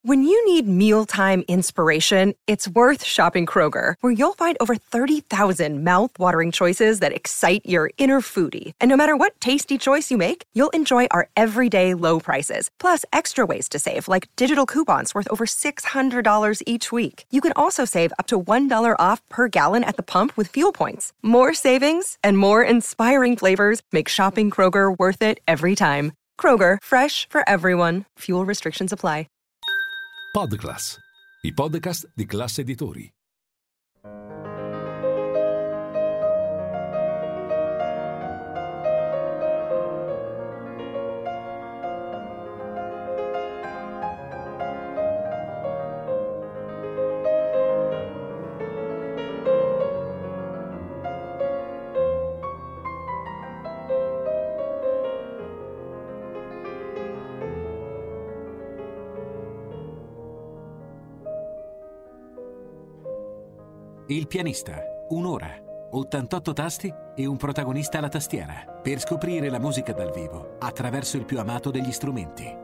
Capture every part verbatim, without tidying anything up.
When you need mealtime inspiration, it's worth shopping Kroger, where you'll find over thirty thousand mouth-watering choices that excite your inner foodie. And no matter what tasty choice you make, you'll enjoy our everyday low prices, plus extra ways to save, like digital coupons worth over six hundred dollars each week. You can also save up to one dollar off per gallon at the pump with fuel points. More savings and more inspiring flavors make shopping Kroger worth it every time. Kroger, fresh for everyone. Fuel restrictions apply. Podclass, i podcast di Class Editori. Il pianista, un'ora, ottantotto tasti e un protagonista alla tastiera, per scoprire la musica dal vivo attraverso il più amato degli strumenti.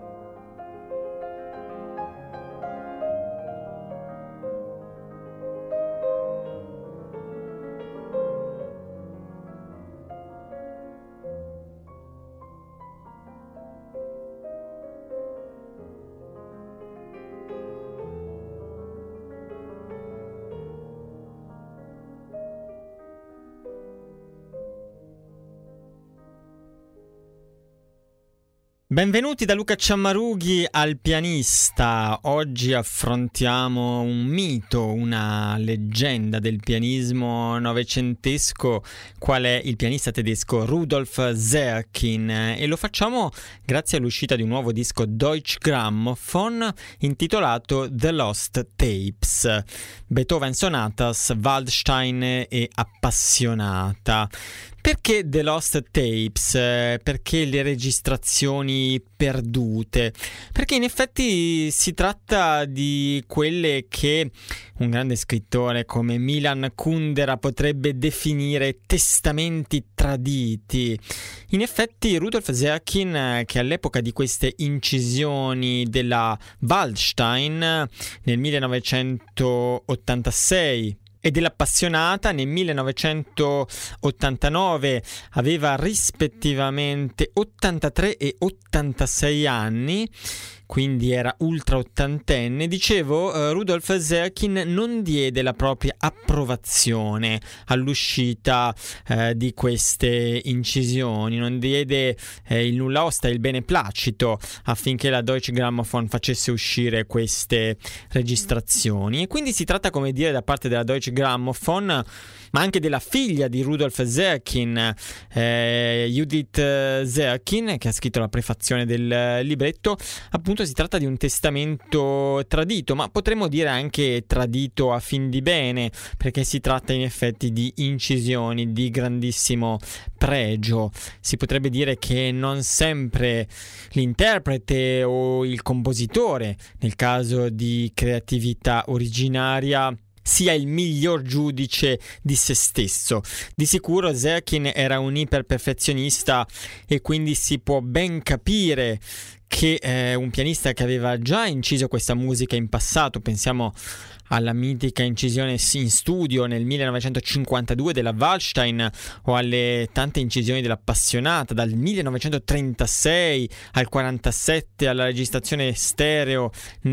Benvenuti da Luca Ciammarughi al pianista. Oggi affrontiamo un mito, una leggenda del pianismo novecentesco, qual è il pianista tedesco Rudolf Serkin, e lo facciamo grazie all'uscita di un nuovo disco Deutsche Grammophon intitolato The Lost Tapes, Beethoven Sonatas, Waldstein e Appassionata. Perché The Lost Tapes? Perché le registrazioni perdute? Perché in effetti si tratta di quelle che un grande scrittore come Milan Kundera potrebbe definire testamenti traditi. In effetti Rudolf Serkin, che all'epoca di queste incisioni della Waldstein nel millenovecentottantasei e dell'Appassionata nel millenovecentottantanove, aveva rispettivamente ottantatré e ottantasei anni, quindi era ultra ottantenne. Dicevo, uh, Rudolf Serkin non diede la propria approvazione all'uscita uh, di queste incisioni, non diede uh, il nulla osta e il beneplacito affinché la Deutsche Grammophon facesse uscire queste registrazioni, e quindi si tratta, come dire, da parte della Deutsche Grammophon, ma anche della figlia di Rudolf Serkin, eh, Judith Serkin, che ha scritto la prefazione del libretto. Appunto si tratta di un testamento tradito, ma potremmo dire anche tradito a fin di bene, perché si tratta in effetti di incisioni di grandissimo pregio. Si potrebbe dire che non sempre l'interprete o il compositore, nel caso di creatività originaria, sia il miglior giudice di se stesso. Di sicuro Serkin era un iperperfezionista, e quindi si può ben capire che eh, un pianista che aveva già inciso questa musica in passato, pensiamo alla mitica incisione in studio nel millenovecentocinquantadue della Waldstein, o alle tante incisioni dell'Appassionata dal millenovecentotrentasei al quarantasette, alla registrazione stereo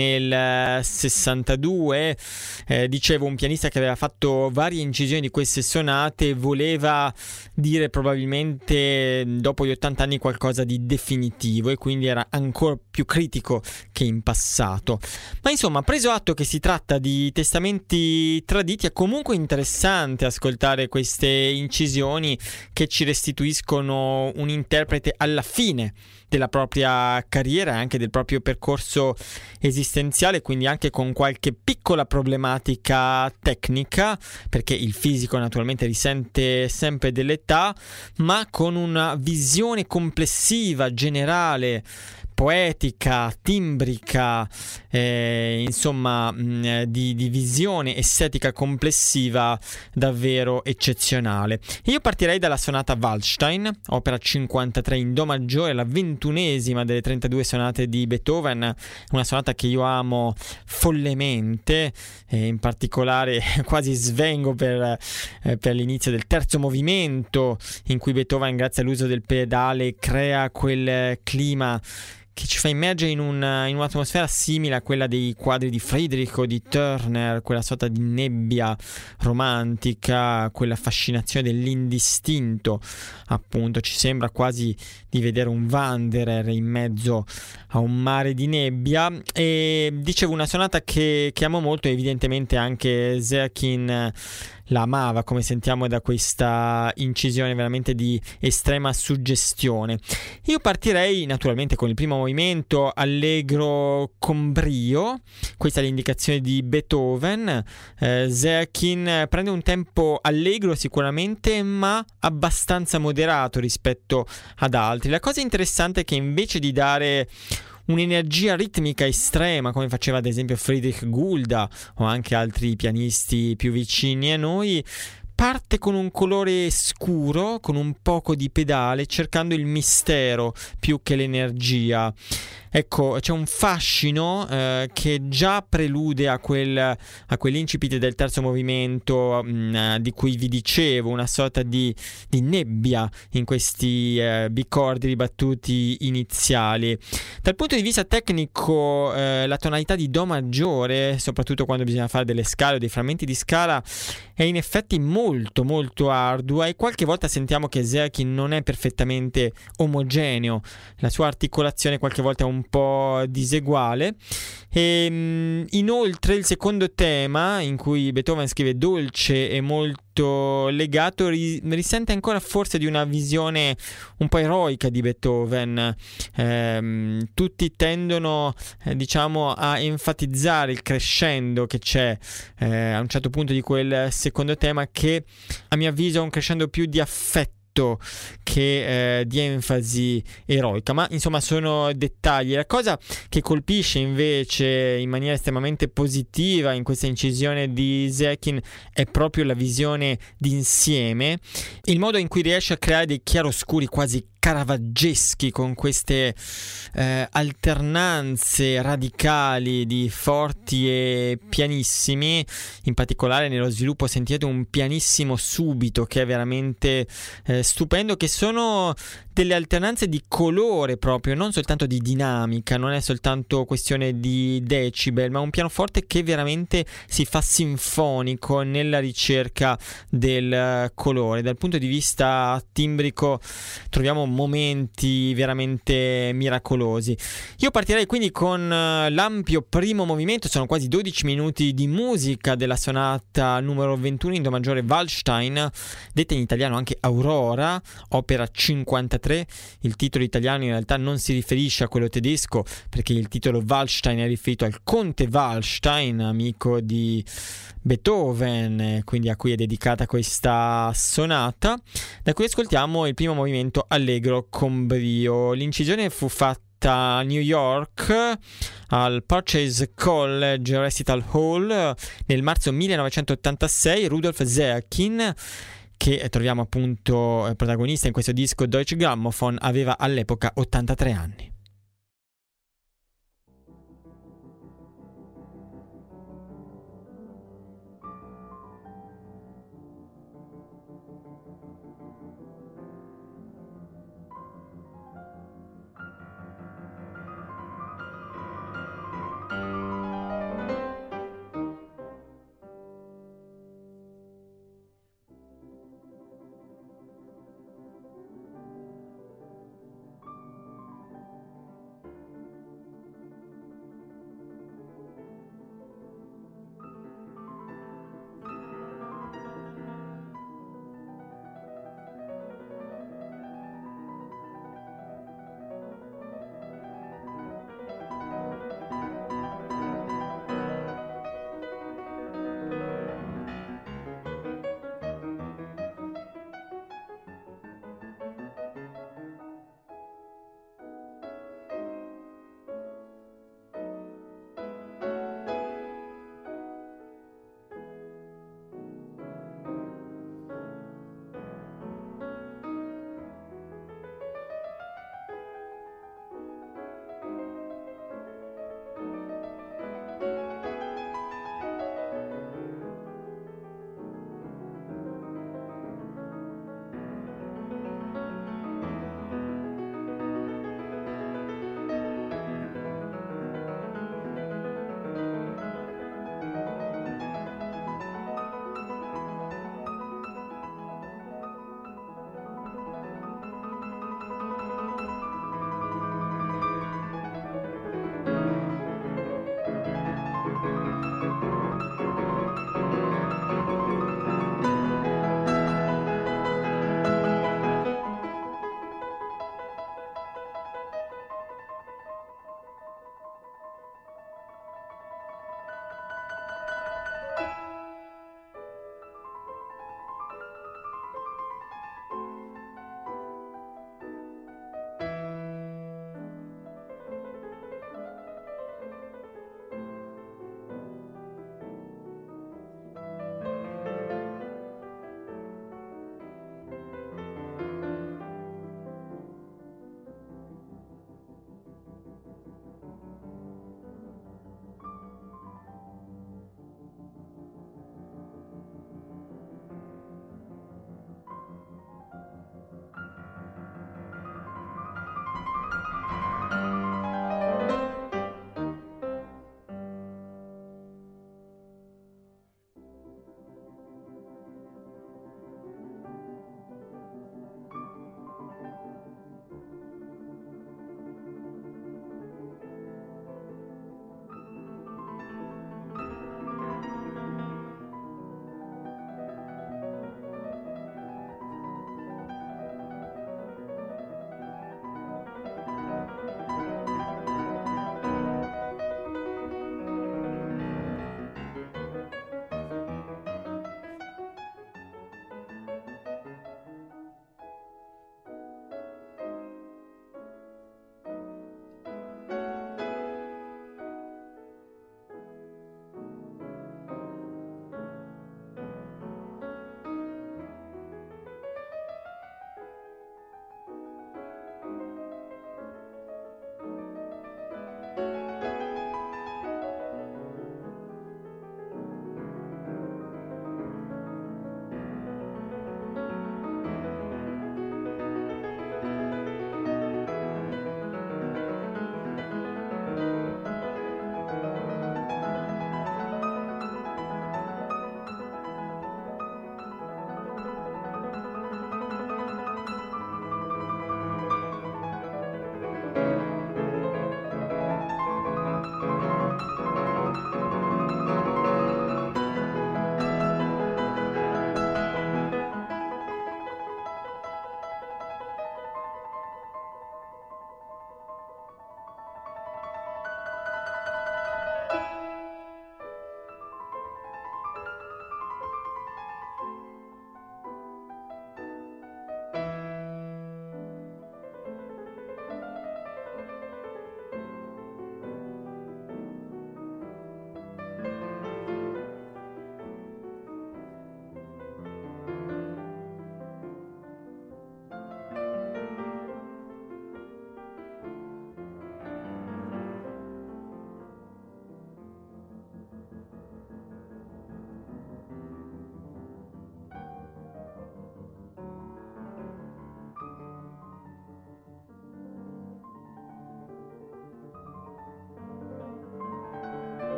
nel sessantadue. Eh, dicevo, un pianista che aveva fatto varie incisioni di queste sonate voleva dire probabilmente dopo gli ottanta anni qualcosa di definitivo, e quindi era ancora più critico che in passato. Ma insomma, preso atto che si tratta di testamenti traditi, è comunque interessante ascoltare queste incisioni che ci restituiscono un interprete alla fine della propria carriera e anche del proprio percorso esistenziale, quindi anche con qualche piccola problematica tecnica, perché il fisico naturalmente risente sempre dell'età, ma con una visione complessiva, generale, poetica, timbrica, eh, insomma mh, di, di visione estetica complessiva davvero eccezionale. Io partirei dalla sonata Waldstein, opera cinquantatré in do maggiore, la ventunesima ventunesima delle trentadue sonate di Beethoven, una sonata che io amo follemente, e in particolare quasi svengo per, eh, per l'inizio del terzo movimento, in cui Beethoven, grazie all'uso del pedale, crea quel clima che ci fa immergere in, un, in un'atmosfera simile a quella dei quadri di Friedrich o di Turner, quella sorta di nebbia romantica, quella fascinazione dell'indistinto, appunto. Ci sembra quasi di vedere un Wanderer in mezzo a un mare di nebbia. E dicevo, una sonata che, che amo molto, evidentemente anche Zekin la amava, come sentiamo da questa incisione veramente di estrema suggestione. Io partirei naturalmente con il primo movimento, allegro con brio. Questa è l'indicazione di Beethoven. eh, Zekin prende un tempo allegro sicuramente, ma abbastanza moderato rispetto ad altri. La cosa interessante è che invece di dare un'energia ritmica estrema, come faceva ad esempio Friedrich Gulda o anche altri pianisti più vicini a noi, parte con un colore scuro, con un poco di pedale, cercando il mistero più che l'energia. Ecco, c'è un fascino eh, che già prelude a, quel, a quell'incipit del terzo movimento mh, di cui vi dicevo, una sorta di, di nebbia in questi eh, bicordi ribattuti iniziali. Dal punto di vista tecnico, eh, la tonalità di Do maggiore, soprattutto quando bisogna fare delle scale o dei frammenti di scala, è in effetti molto molto ardua, e qualche volta sentiamo che Zekin non è perfettamente omogeneo, la sua articolazione qualche volta è un po' diseguale. E, mh, inoltre il secondo tema, in cui Beethoven scrive dolce e molto legato, ri- risente ancora forse di una visione un po' eroica di Beethoven. Ehm, tutti tendono eh, diciamo a enfatizzare il crescendo che c'è eh, a un certo punto di quel secondo tema, che a mio avviso è un crescendo più di affetto che eh, di enfasi eroica, ma insomma sono dettagli. La cosa che colpisce invece in maniera estremamente positiva in questa incisione di Zekin è proprio la visione d'insieme, il modo in cui riesce a creare dei chiaroscuri quasi caravaggeschi, con queste eh, alternanze radicali di forti e pianissimi. In particolare nello sviluppo sentite un pianissimo subito che è veramente eh, stupendo, che sono delle alternanze di colore proprio, non soltanto di dinamica, non è soltanto questione di decibel, ma un pianoforte che veramente si fa sinfonico nella ricerca del colore. Dal punto di vista timbrico troviamo momenti veramente miracolosi. Io partirei quindi con l'ampio primo movimento, sono quasi dodici minuti di musica della sonata numero ventuno in Do maggiore Waldstein, detta in italiano anche Aurora, opera cinquantatré. Il titolo italiano in realtà non si riferisce a quello tedesco, perché il titolo Waldstein è riferito al conte Waldstein, amico di Beethoven, quindi a cui è dedicata questa sonata, da cui ascoltiamo il primo movimento allegro con brio. L'incisione fu fatta a New York al Purchase College Recital Hall nel marzo millenovecentottantasei. Rudolf Zekin, che troviamo appunto protagonista in questo disco Deutsche Grammophon, aveva all'epoca ottantatré anni.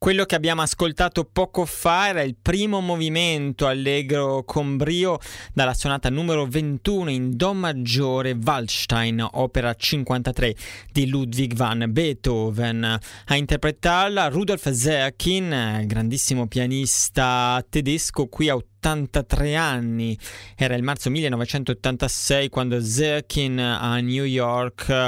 Quello che abbiamo ascoltato poco fa era il primo movimento allegro con brio dalla sonata numero ventuno in Do maggiore Waldstein, opera cinquantatré di Ludwig van Beethoven. A interpretarla Rudolf Serkin, grandissimo pianista tedesco, qui a ottantatré anni. Era il marzo millenovecentottantasei quando Serkin a New York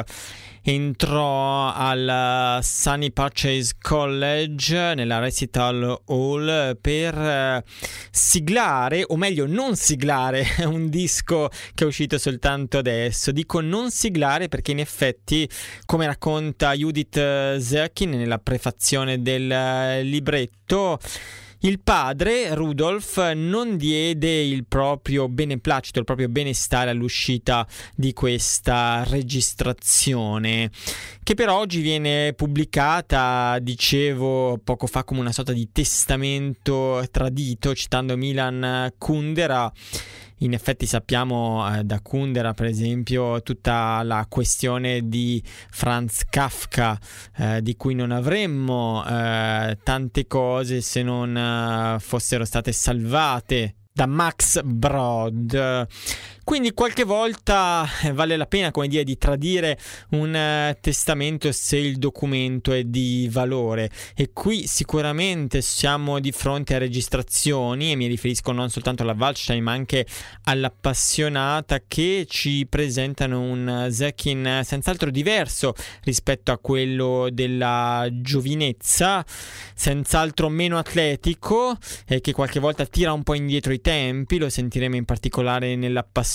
entrò al Sunny Purchase College nella Recital Hall per siglare, o meglio non siglare, un disco che è uscito soltanto adesso. Dico non siglare perché in effetti, come racconta Judith Serkin nella prefazione del libretto, il padre, Rudolf, non diede il proprio beneplacito, il proprio benestare all'uscita di questa registrazione, che per oggi viene pubblicata, dicevo poco fa, come una sorta di testamento tradito, citando Milan Kundera. In effetti sappiamo eh, da Kundera, per esempio, tutta la questione di Franz Kafka, eh, di cui non avremmo eh, tante cose se non eh, fossero state salvate da Max Brod. Quindi qualche volta vale la pena, come dire, di tradire un uh, testamento se il documento è di valore, e qui sicuramente siamo di fronte a registrazioni, e mi riferisco non soltanto alla Waldstein ma anche all'Appassionata, che ci presentano un Serkin senz'altro diverso rispetto a quello della giovinezza, senz'altro meno atletico e che qualche volta tira un po' indietro i tempi. Lo sentiremo in particolare nell'Appassionata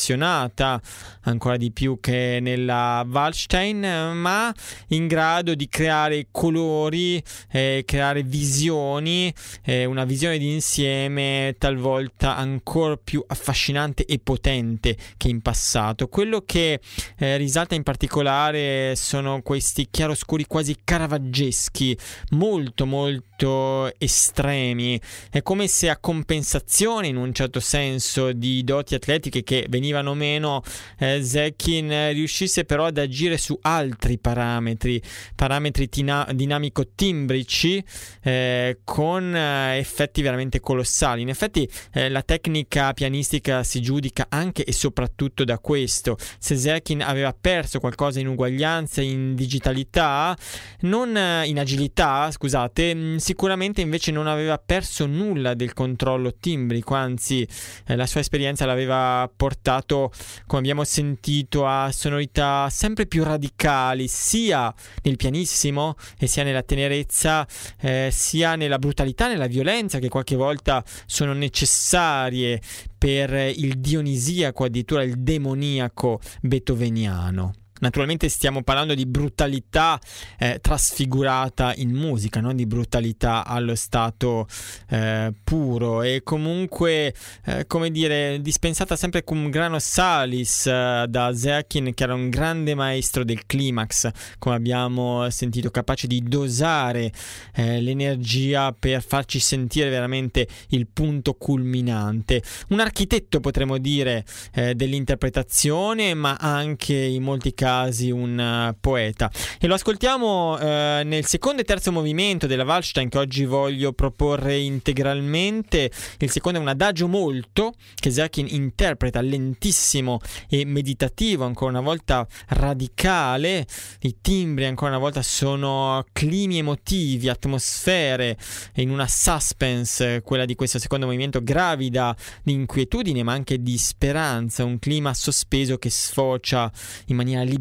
ancora di più che nella Waldstein, ma in grado di creare colori, eh, creare visioni, eh, una visione d'insieme talvolta ancora più affascinante e potente che in passato. Quello che eh, risalta in particolare sono questi chiaroscuri quasi caravaggeschi, molto molto estremi. È come se a compensazione, in un certo senso, di doti atletiche che venivano meno, eh, Serkin riuscisse però ad agire su altri parametri, parametri tina- dinamico-timbrici, eh, con eh, effetti veramente colossali. In effetti eh, la tecnica pianistica si giudica anche e soprattutto da questo. Se Serkin aveva perso qualcosa in uguaglianza, in digitalità, non eh, in agilità, scusate, mh, sicuramente invece non aveva perso nulla del controllo timbrico, anzi eh, la sua esperienza l'aveva portato, come abbiamo sentito, a sonorità sempre più radicali, sia nel pianissimo e sia nella tenerezza, eh, sia nella brutalità, nella violenza, che qualche volta sono necessarie per il dionisiaco, addirittura il demoniaco beethoveniano. Naturalmente stiamo parlando di brutalità eh, trasfigurata in musica, non di brutalità allo stato eh, puro, e comunque, eh, come dire, dispensata sempre cum grano salis eh, da Serkin, che era un grande maestro del climax, come abbiamo sentito, capace di dosare eh, l'energia per farci sentire veramente il punto culminante. Un architetto, potremmo dire, eh, dell'interpretazione, ma anche in molti casi un uh, poeta, e lo ascoltiamo uh, nel secondo e terzo movimento della Waldstein, che oggi voglio proporre integralmente. Il secondo è un adagio molto, che Serkin interpreta lentissimo e meditativo, ancora una volta radicale. I timbri ancora una volta sono climi emotivi, atmosfere, in una suspense, quella di questo secondo movimento, gravida di inquietudine ma anche di speranza, un clima sospeso che sfocia in maniera liberatoria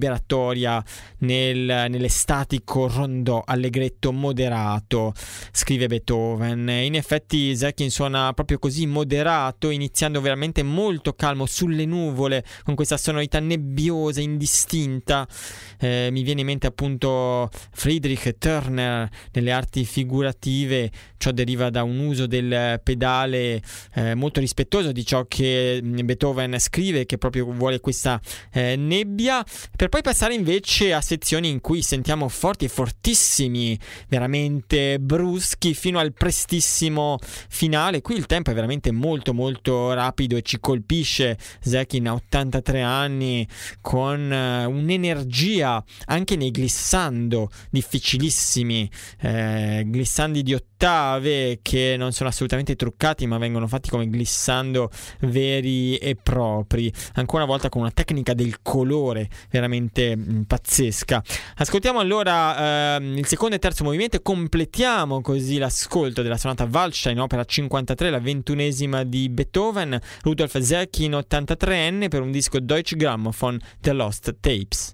nel, nell'estatico rondò allegretto moderato, scrive Beethoven. In effetti Serkin suona proprio così, moderato, iniziando veramente molto calmo sulle nuvole, con questa sonorità nebbiosa, indistinta. Eh, mi viene in mente appunto Friedrich Turner nelle arti figurative. Ciò deriva da un uso del pedale eh, molto rispettoso di ciò che Beethoven scrive, che proprio vuole questa eh, nebbia, per poi passare invece a sezioni in cui sentiamo forti e fortissimi, veramente bruschi, fino al prestissimo finale. Qui il tempo è veramente molto molto rapido e ci colpisce. Zekin ha ottantatré anni, con uh, un'energia anche nei glissando difficilissimi, eh, glissandi di ottave che non sono assolutamente truccati, ma vengono fatti come glissando veri e propri, ancora una volta con una tecnica del colore veramente mh, pazzesca. Ascoltiamo allora ehm, il secondo e terzo movimento e completiamo così l'ascolto della sonata Waldstein, opera cinquantatré, la ventunesima di Beethoven. Rudolf Zekin, ottantatreenne, per un disco Deutsche Grammophon, The Lost Tapes.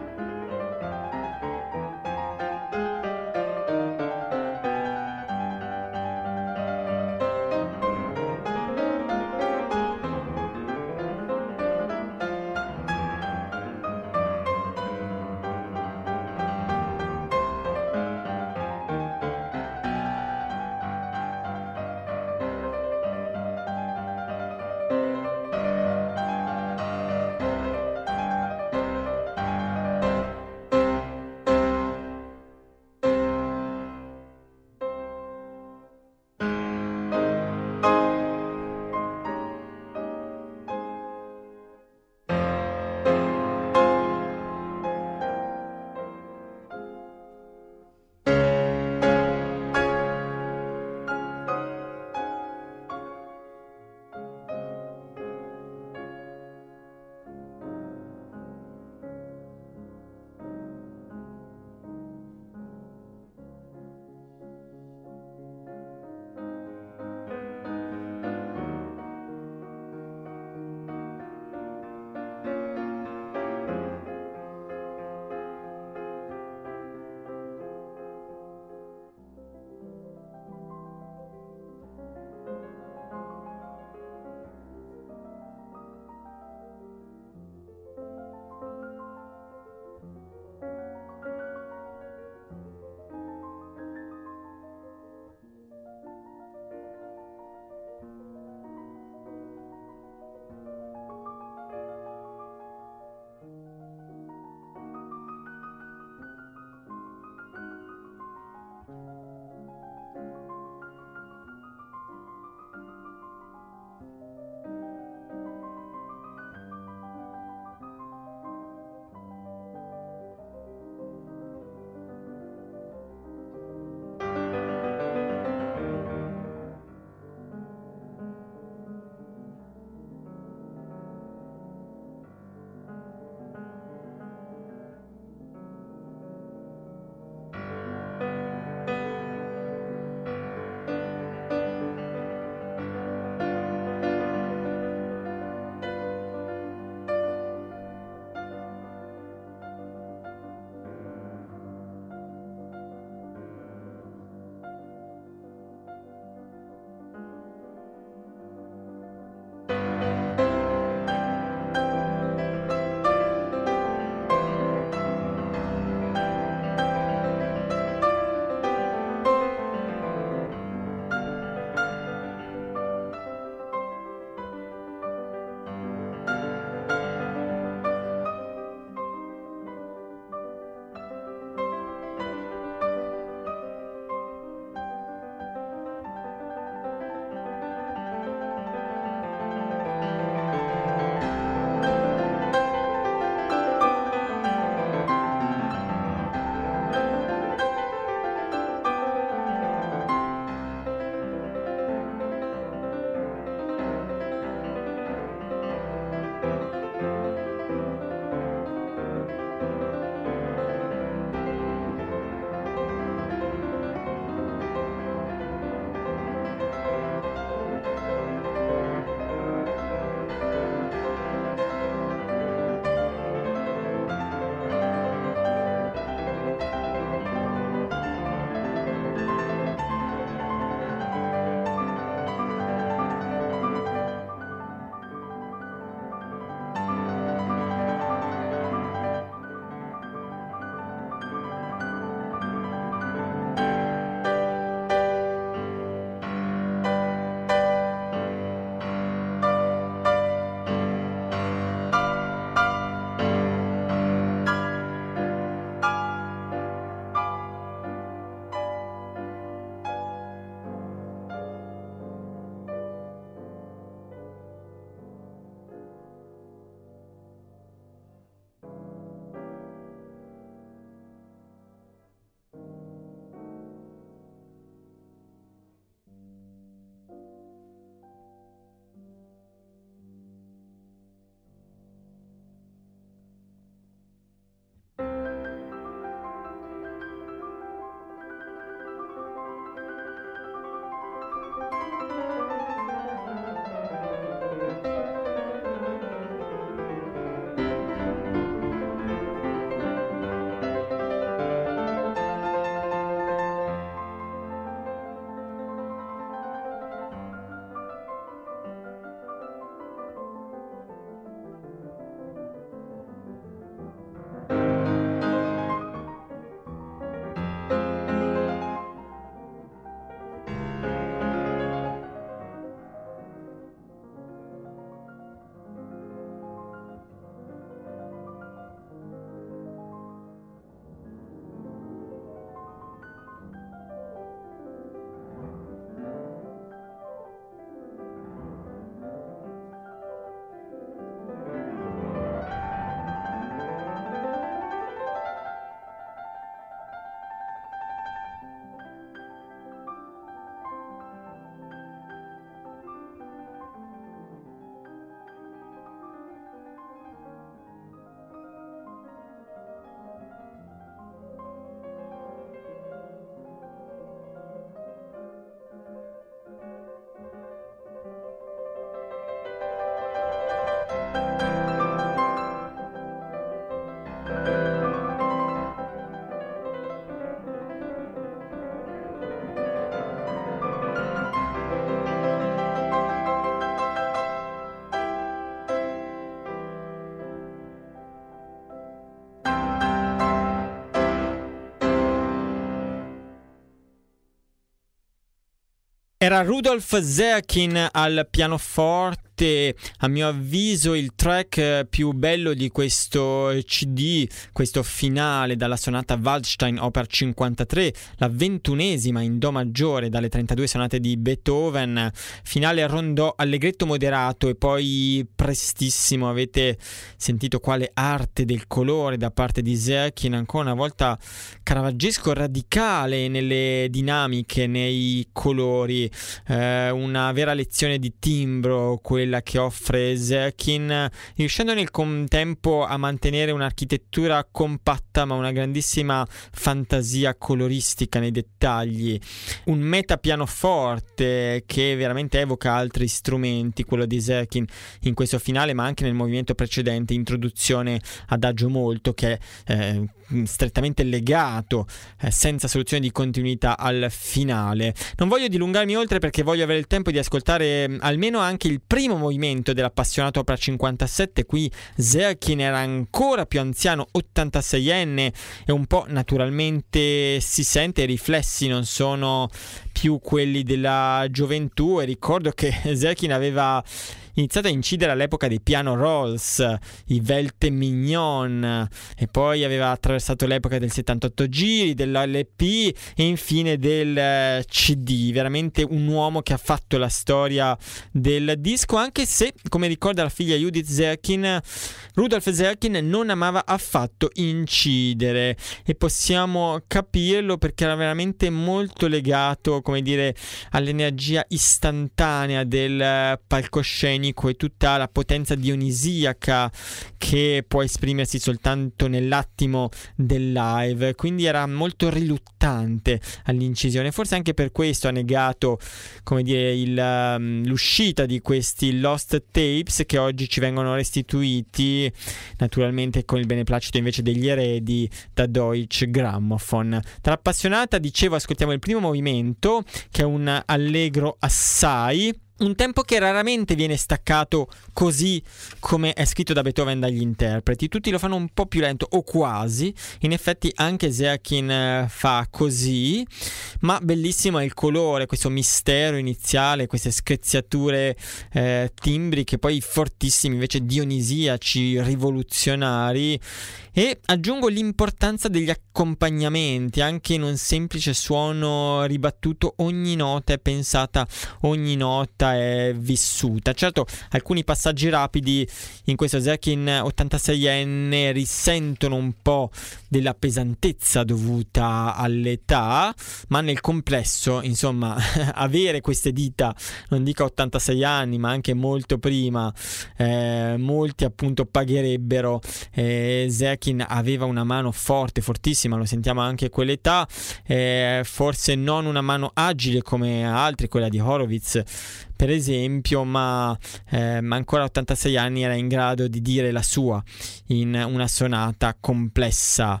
Era Rudolf Zekin al pianoforte, a mio avviso il track più bello di questo C D, questo finale dalla sonata Waldstein Opera cinquantatré, la ventunesima in Do maggiore dalle trentadue sonate di Beethoven, finale rondò allegretto moderato e poi prestissimo. Avete sentito quale arte del colore da parte di Zekin, ancora una volta caravaggesco, radicale nelle dinamiche, nei colori. Eh, una vera lezione di timbro quella che offre Zekin, riuscendo nel contempo a mantenere un'architettura compatta ma una grandissima fantasia coloristica nei dettagli, un metapianoforte che veramente evoca altri strumenti, quello di Zekin in questo finale, ma anche nel movimento precedente, introduzione adagio molto, che è eh, strettamente legato, eh, senza soluzione di continuità al finale. Non voglio dilungarmi oltre perché voglio avere il tempo di ascoltare mh, almeno anche il primo movimento dell'appassionato Opera cinquantasette. Qui Zekin era ancora più anziano, ottantaseienne, e un po' naturalmente si sente, i riflessi non sono più quelli della gioventù, e ricordo che Zekin aveva iniziato a incidere all'epoca dei piano rolls, i Velte Mignon, e poi aveva attraversato l'epoca del settantotto giri, dell'L P e infine del C D. Veramente un uomo che ha fatto la storia del disco, anche se, come ricorda la figlia Judith Zekin, Rudolf Zekin non amava affatto incidere, e possiamo capirlo perché era veramente molto legato, come dire, all'energia istantanea del palcoscenico e tutta la potenza dionisiaca che può esprimersi soltanto nell'attimo del live. Quindi era molto riluttante all'incisione, forse anche per questo ha negato, come dire, il, um, l'uscita di questi lost tapes che oggi ci vengono restituiti, naturalmente con il beneplacito invece degli eredi, da Deutsche Grammophon. Tra appassionata, dicevo, ascoltiamo il primo movimento, che è un allegro assai, un tempo che raramente viene staccato così come è scritto da Beethoven dagli interpreti. Tutti lo fanno un po' più lento, o quasi. In effetti anche Zekin fa così, ma bellissimo è il colore, questo mistero iniziale, queste screziature eh, timbriche, poi fortissimi, invece dionisiaci, rivoluzionari. E aggiungo l'importanza degli accompagnamenti, anche in un semplice suono ribattuto. Ogni nota è pensata, ogni nota è vissuta. Certo, alcuni passaggi rapidi in questo Zekin ottantaseienne risentono un po' della pesantezza dovuta all'età, ma nel complesso, insomma, avere queste dita, non dico ottantasei anni, ma anche molto prima, eh, molti appunto pagherebbero. eh, Zekin aveva una mano forte, fortissima, lo sentiamo anche a quell'età, eh, forse non una mano agile come altri, quella di Horowitz per esempio, ma, eh, ma ancora a ottantasei anni era in grado di dire la sua in una sonata complessa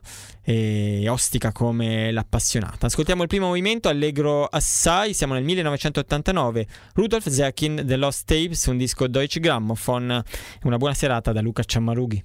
e ostica come l'Appassionata. Ascoltiamo il primo movimento, allegro assai, siamo nel millenovecentottantanove, Rudolf Zekin, The Lost Tapes, un disco Deutsche Grammophon. Una buona serata da Luca Ciammarughi.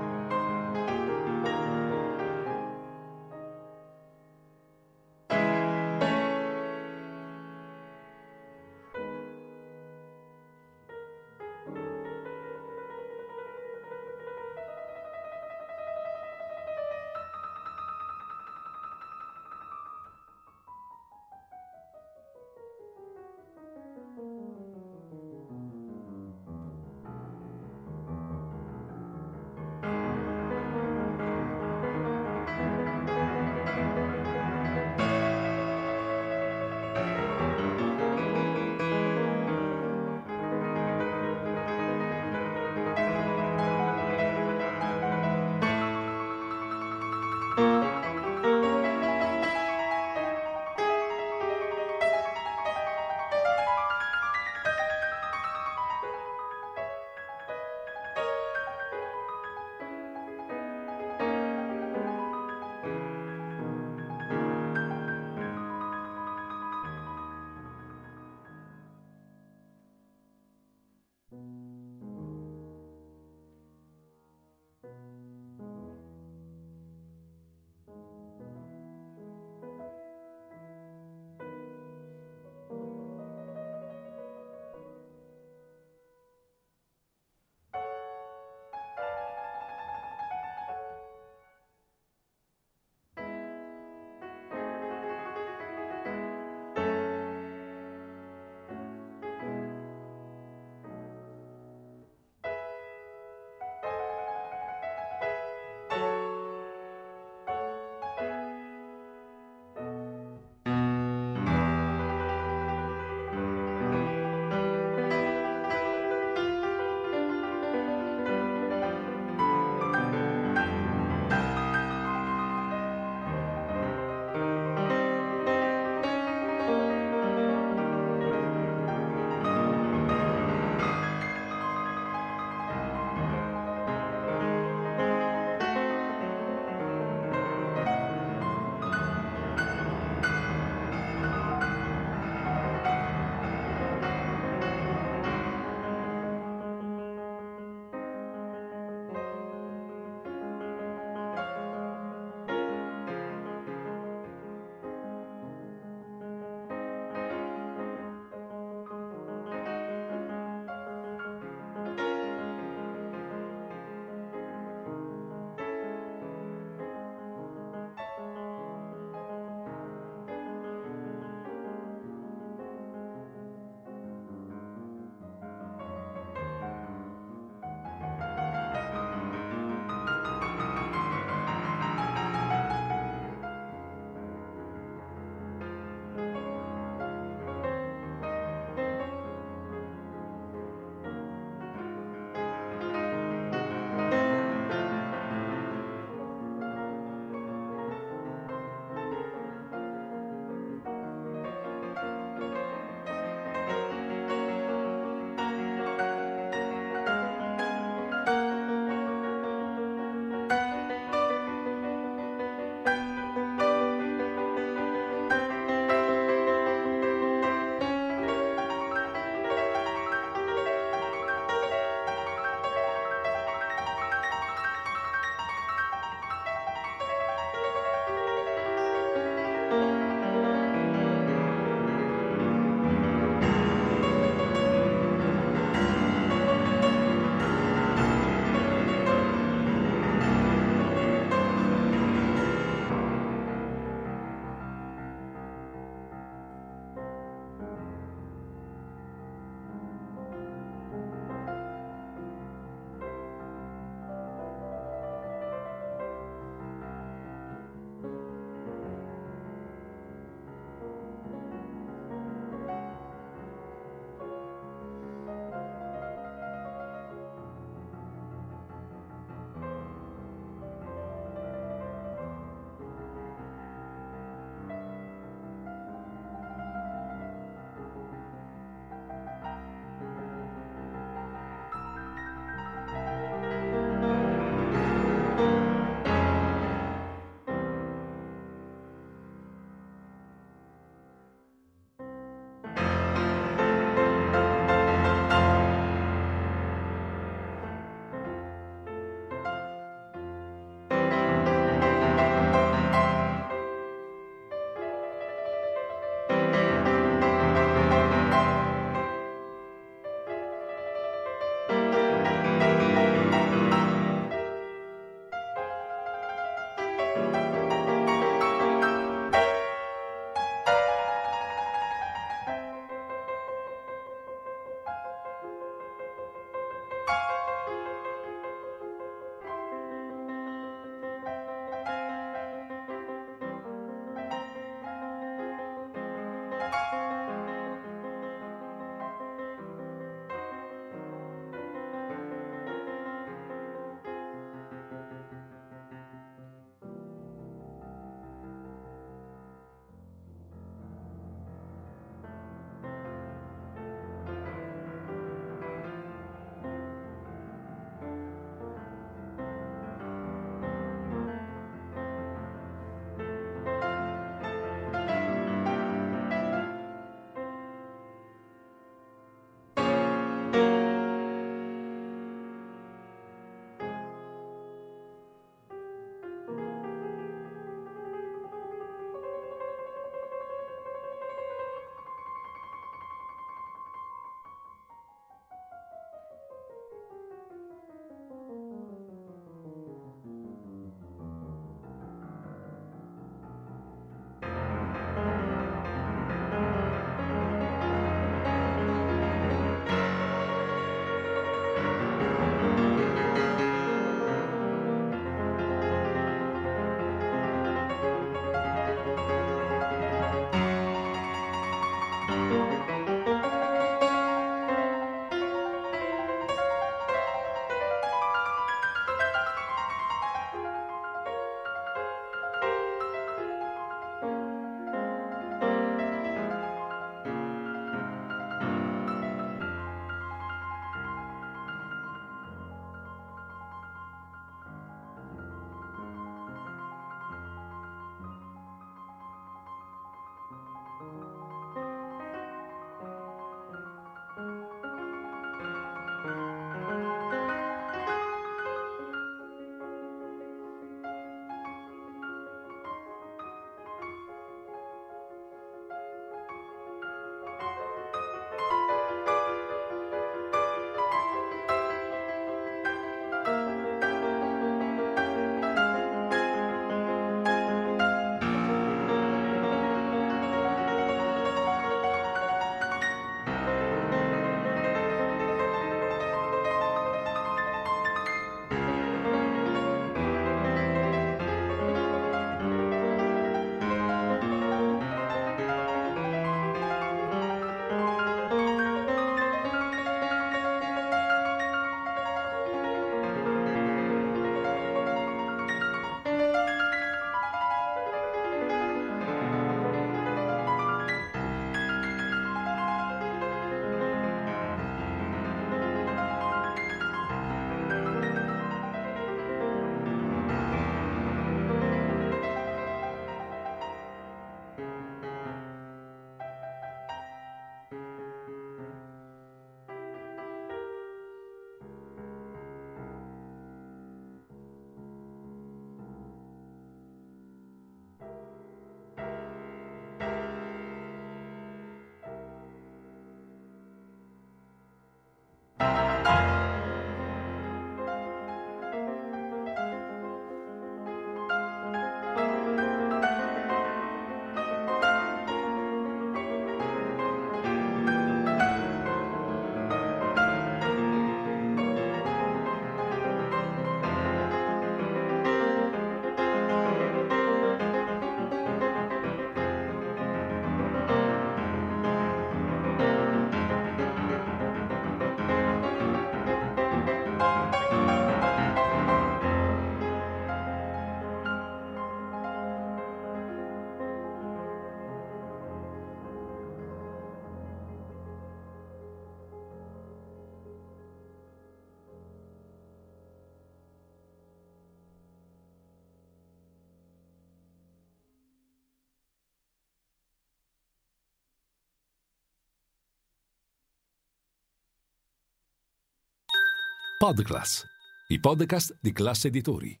Podclass, i podcast di Classe Editori.